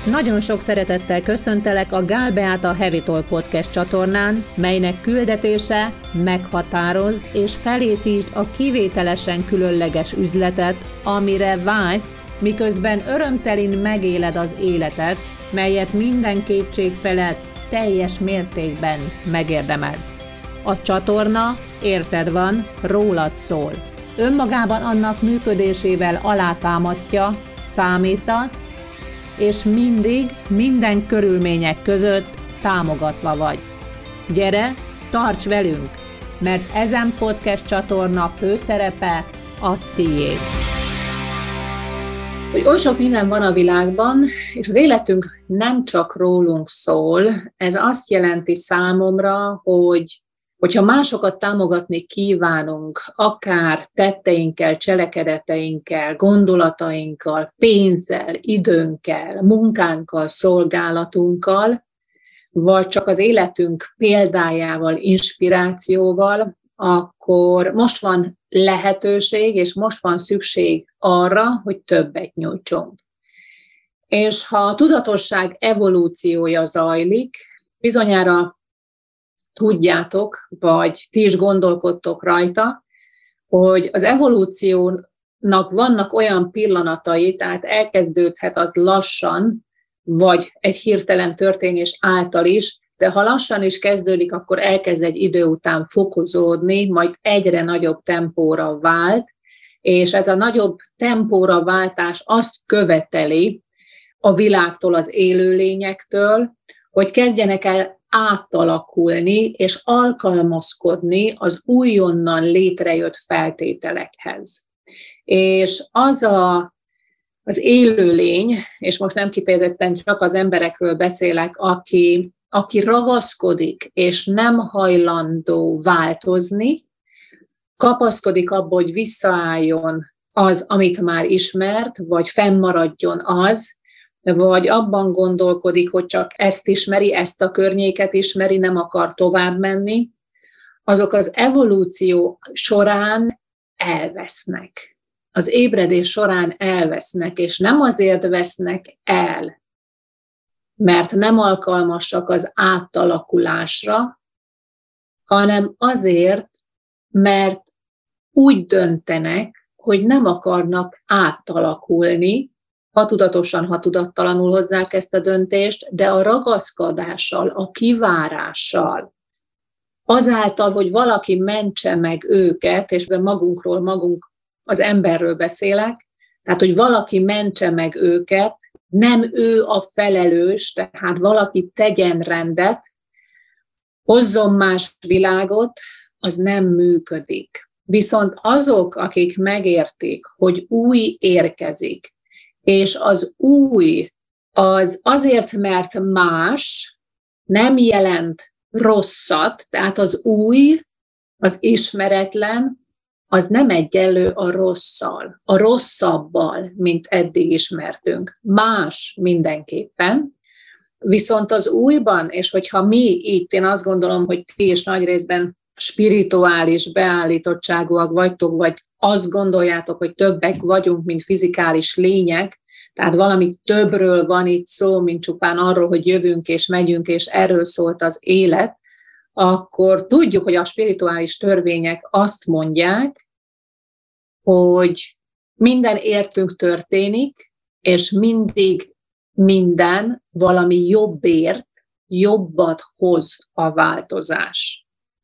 Nagyon sok szeretettel köszöntelek a Gál Beáta Heavy Talk Podcast csatornán, melynek küldetése meghatározd és felépítsd a kivételesen különleges üzletet, amire vágysz, miközben örömtelin megéled az életet, melyet minden kétség felett teljes mértékben megérdemelsz. A csatorna, érted van, rólad szól. Önmagában annak működésével alátámasztja, számítasz, és mindig, minden körülmények között támogatva vagy. Gyere, tarts velünk, mert ezen podcast csatorna főszerepe a tiéd. Hogy oly sok minden van a világban, és az életünk nem csak rólunk szól, ez azt jelenti számomra, hogyha másokat támogatni kívánunk, akár tetteinkkel, cselekedeteinkkel, gondolatainkkal, pénzzel, időnkkel, munkánkkal, szolgálatunkkal, vagy csak az életünk példájával, inspirációval, akkor most van lehetőség, és most van szükség arra, hogy többet nyújtsunk. És ha a tudatosság evolúciója zajlik, bizonyára tudjátok, vagy ti is gondolkodtok rajta, hogy az evolúciónak vannak olyan pillanatai, tehát elkezdődhet az lassan, vagy egy hirtelen történés által is, de ha lassan is kezdődik, akkor elkezd egy idő után fokozódni, majd egyre nagyobb tempóra vált, és ez a nagyobb tempóra váltás azt követeli a világtól, az élőlényektől, hogy kezdjenek el átalakulni és alkalmazkodni az újonnan létrejött feltételekhez. És az élőlény, és most nem kifejezetten csak az emberekről beszélek, aki ragaszkodik és nem hajlandó változni, kapaszkodik abba, hogy visszaálljon az, amit már ismert, vagy fennmaradjon az, vagy abban gondolkodik, hogy csak ezt ismeri, ezt a környéket ismeri, nem akar tovább menni, azok az evolúció során elvesznek. Az ébredés során elvesznek, és nem azért vesznek el, mert nem alkalmasak az átalakulásra, hanem azért, mert úgy döntenek, hogy nem akarnak átalakulni, ha tudatosan, ha tudattalanul hozzák ezt a döntést, de a ragaszkodással, a kivárással, azáltal, hogy valaki mentse meg őket, és magunk az emberről beszélek, tehát, hogy valaki mentse meg őket, nem ő a felelős, tehát valaki tegyen rendet, hozzon más világot, az nem működik. Viszont azok, akik megértik, hogy új érkezik, és az új az azért, mert más, nem jelent rosszat, tehát az új, az ismeretlen, az nem egyenlő a rosszal, a rosszabbal, mint eddig ismertünk. Más mindenképpen, viszont az újban, és hogyha mi itt, én azt gondolom, hogy ti is nagy részben spirituális beállítottságúak vagytok, vagy azt gondoljátok, hogy többek vagyunk, mint fizikális lények, tehát valami többről van itt szó, mint csupán arról, hogy jövünk és megyünk, és erről szólt az élet, akkor tudjuk, hogy a spirituális törvények azt mondják, hogy minden értünk történik, és mindig minden valami jobbért, jobbat hoz a változás.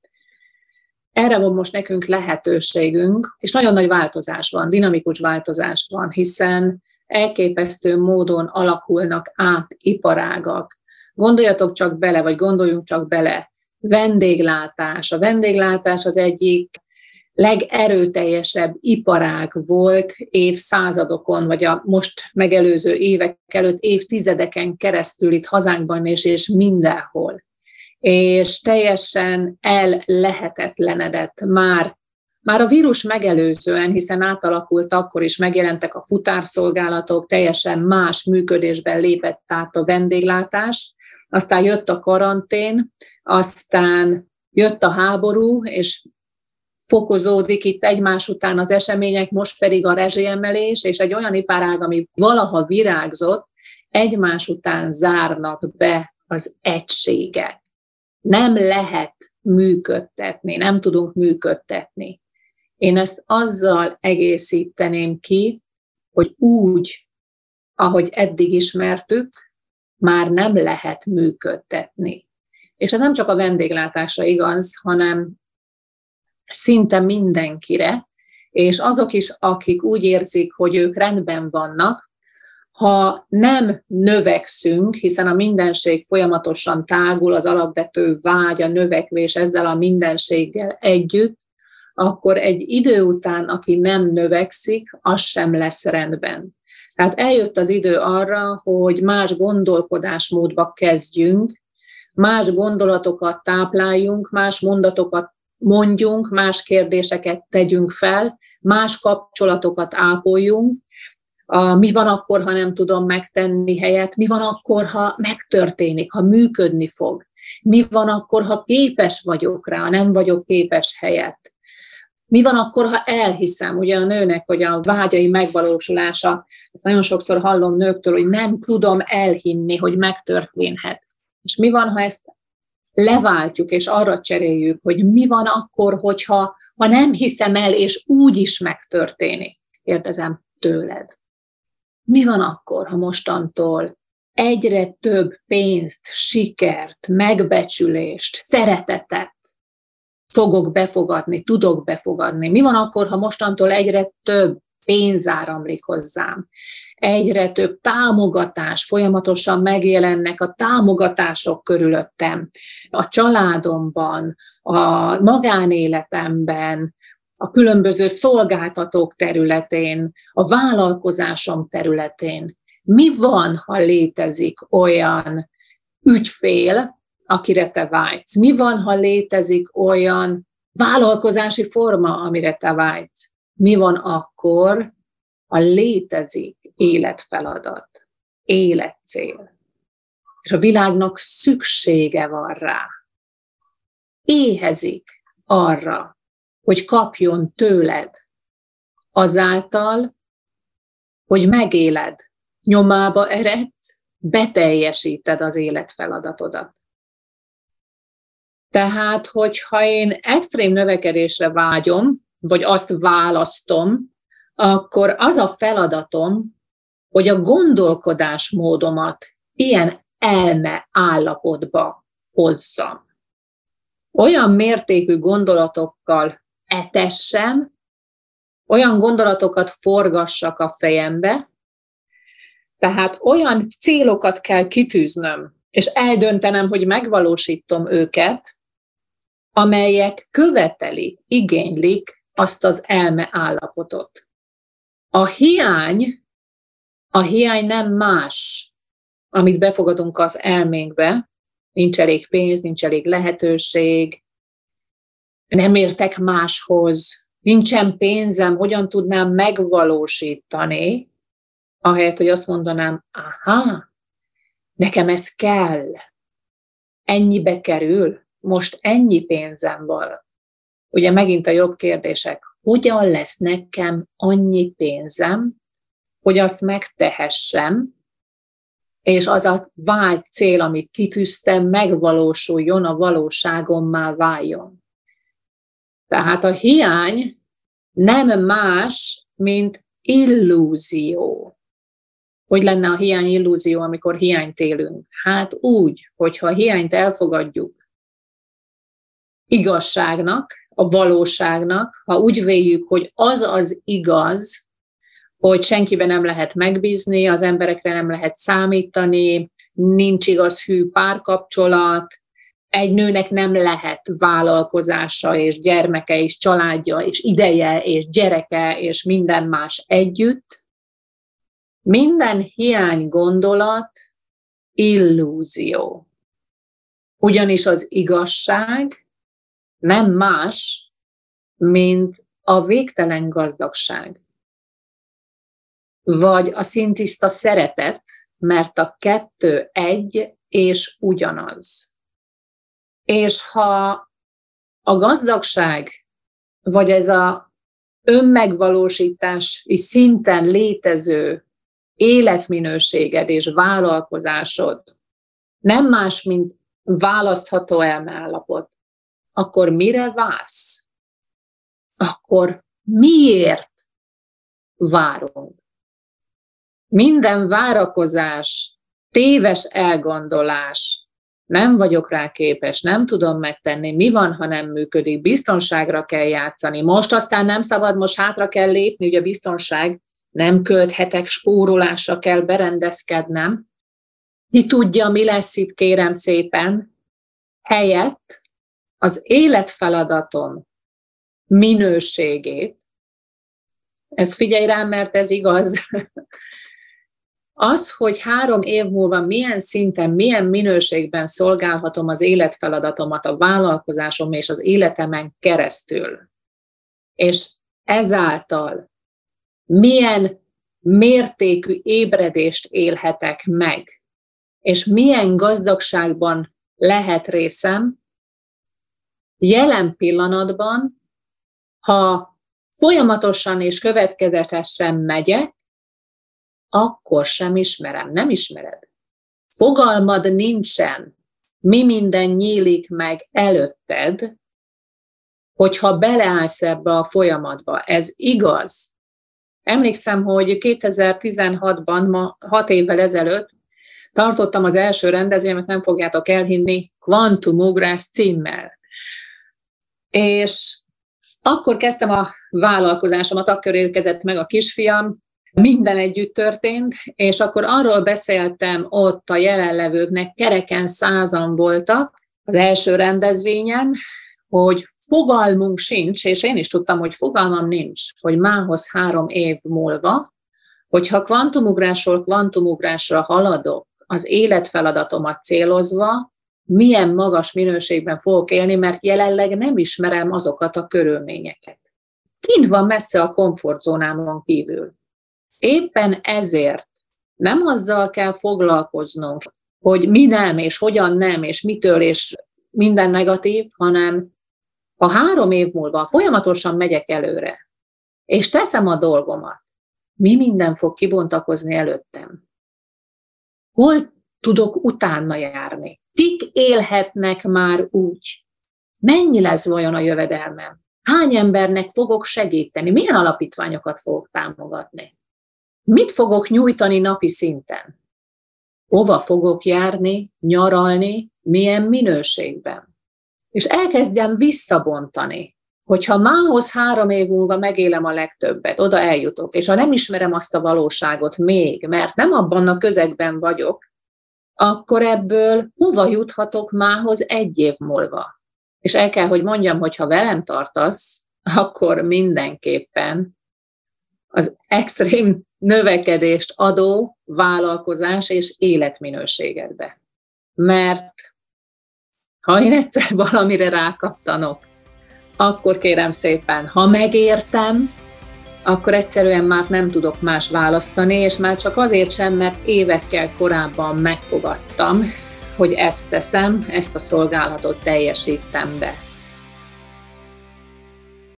Erre van most nekünk lehetőségünk, és nagyon nagy változás van, dinamikus változás van, hiszen elképesztő módon alakulnak át iparágak. Gondoljatok csak bele, vagy gondoljunk csak bele, vendéglátás. A vendéglátás az egyik legerőteljesebb iparág volt évszázadokon, vagy a most megelőző évek előtt évtizedeken keresztül itt hazánkban és mindenhol. És teljesen ellehetetlenedett már a vírus megelőzően, hiszen átalakult akkor is, megjelentek a futárszolgálatok, teljesen más működésben lépett át a vendéglátás, aztán jött a karantén, aztán jött a háború, és fokozódik itt egymás után az események, most pedig a rezsiemelés, és egy olyan iparág, ami valaha virágzott, egymás után zárnak be az egységek. Nem lehet működtetni, nem tudunk működtetni. Én ezt azzal egészíteném ki, hogy úgy, ahogy eddig ismertük, már nem lehet működtetni. És ez nem csak a vendéglátásra igaz, hanem szinte mindenkire, és azok is, akik úgy érzik, hogy ők rendben vannak, ha nem növekszünk, hiszen a mindenség folyamatosan tágul, az alapvető vágy, a növekvés ezzel a mindenséggel együtt, akkor egy idő után, aki nem növekszik, az sem lesz rendben. Tehát eljött az idő arra, hogy más gondolkodásmódba kezdjünk, más gondolatokat tápláljunk, más mondatokat mondjunk, más kérdéseket tegyünk fel, más kapcsolatokat ápoljunk. Mi van akkor, ha nem tudom megtenni helyet? Mi van akkor, ha megtörténik, ha működni fog? Mi van akkor, ha képes vagyok rá, nem vagyok képes helyet? Mi van akkor, ha elhiszem, ugye a nőnek, hogy a vágyai megvalósulása, ezt nagyon sokszor hallom nőktől, hogy nem tudom elhinni, hogy megtörténhet. És mi van, ha ezt leváltjuk, és arra cseréljük, hogy mi van akkor, hogyha nem hiszem el, és úgy is megtörténik? Kérdezem tőled. Mi van akkor, ha mostantól egyre több pénzt, sikert, megbecsülést, szeretetet fogok befogadni, tudok befogadni? Mi van akkor, ha mostantól egyre több pénz áramlik hozzám? Egyre több támogatás, folyamatosan megjelennek a támogatások körülöttem, a családomban, a magánéletemben, a különböző szolgáltatók területén, a vállalkozásom területén. Mi van, ha létezik olyan ügyfél, akire te vágysz? Mi van, ha létezik olyan vállalkozási forma, amire te vágysz? Mi van akkor, ha létezik életfeladat, életcél, és a világnak szüksége van rá? Éhezik arra, hogy kapjon tőled azáltal, hogy megéled, nyomába eredsz, beteljesíted az életfeladatodat. Tehát, hogyha én extrém növekedésre vágyom, vagy azt választom, akkor az a feladatom, hogy a gondolkodásmódomat ilyen elme állapotba hozzam. Olyan mértékű gondolatokkal etessem, olyan gondolatokat forgassak a fejembe, tehát olyan célokat kell kitűznöm, és eldöntenem, hogy megvalósítom őket, amelyek követelik, igénylik azt az elme állapotot. A hiány nem más, amit befogadunk az elménkbe, nincs elég pénz, nincs elég lehetőség, nem értek máshoz, nincsen pénzem, hogyan tudnám megvalósítani, ahelyett, hogy azt mondanám, nekem ez kell, ennyibe kerül, most ennyi pénzem van. Ugye megint a jobb kérdések, hogyan lesz nekem annyi pénzem, hogy azt megtehessem, és az a vágy cél, amit kitűztem, megvalósuljon, a valóságommá váljon. Tehát a hiány nem más, mint illúzió. Hogy lenne a hiány illúzió, amikor hiányt élünk? Hát úgy, hogyha a hiányt elfogadjuk igazságnak, a valóságnak, ha úgy véljük, hogy az az igaz, hogy senkiben nem lehet megbízni, az emberekre nem lehet számítani, nincs igaz hű párkapcsolat, egy nőnek nem lehet vállalkozása és gyermeke és családja és ideje és gyereke és minden más együtt. Minden hiány gondolat illúzió. Ugyanis az igazság nem más, mint a végtelen gazdagság. Vagy a szintiszta szeretet, mert a kettő egy és ugyanaz. És ha a gazdagság, vagy ez a önmegvalósítási szinten létező életminőséged és vállalkozásod nem más, mint választható elmeállapot, akkor mire vársz? Akkor miért várunk? Minden várakozás, téves elgondolás, nem vagyok rá képes, nem tudom megtenni, mi van, ha nem működik, biztonságra kell játszani, most aztán nem szabad, most hátra kell lépni, ugye a biztonság, nem költhetek, spórolásra kell berendezkednem. Ki tudja, mi lesz itt, kérem szépen, helyett az életfeladatom minőségét, ezt figyelj rám, mert ez igaz, az, hogy 3 év múlva milyen szinten, milyen minőségben szolgálhatom az életfeladatomat, a vállalkozásom és az életemen keresztül, és ezáltal milyen mértékű ébredést élhetek meg, és milyen gazdagságban lehet részem, jelen pillanatban, ha folyamatosan és következetesen megyek, akkor sem ismerem, nem ismered. Fogalmad nincsen, mi minden nyílik meg előtted, hogyha beleállsz ebbe a folyamatba. Ez igaz. Emlékszem, hogy 2016-ban, ma 6 évvel ezelőtt tartottam az első rendezvényemet, nem fogjátok elhinni, Kvantumugrás címmel. És akkor kezdtem a vállalkozásomat, akkor érkezett meg a kisfiam, minden együtt történt, és akkor arról beszéltem ott a jelenlevőknek, kereken 100-an voltak az első rendezvényen, hogy fogalmunk sincs, és én is tudtam, hogy fogalmam nincs, hogy mához 3 év múlva, hogyha kvantumugrásról kvantumugrásra haladok, az életfeladatomat célozva, milyen magas minőségben fogok élni, mert jelenleg nem ismerem azokat a körülményeket. Kint van messze a komfortzónámon kívül. Éppen ezért nem azzal kell foglalkoznunk, hogy mi nem, és hogyan nem, és mitől, és minden negatív, hanem ha 3 év múlva folyamatosan megyek előre, és teszem a dolgomat, mi minden fog kibontakozni előttem? Hol tudok utána járni? Kik élhetnek már úgy? Mennyi lesz vajon a jövedelmem? Hány embernek fogok segíteni? Milyen alapítványokat fogok támogatni? Mit fogok nyújtani napi szinten? Hova fogok járni, nyaralni, milyen minőségben? És elkezdjem visszabontani, hogyha mához 3 év múlva megélem a legtöbbet, oda eljutok, és ha nem ismerem azt a valóságot még, mert nem abban a közegben vagyok, akkor ebből hova juthatok mához 1 év múlva? És el kell, hogy mondjam, hogy ha velem tartasz, akkor mindenképpen az extrém növekedést adó vállalkozás és életminőségedbe. Mert ha én egyszer valamire rákattanok, akkor kérem szépen, ha megértem, akkor egyszerűen már nem tudok más választani, és már csak azért sem, mert évekkel korábban megfogadtam, hogy ezt teszem, ezt a szolgálatot teljesítem be.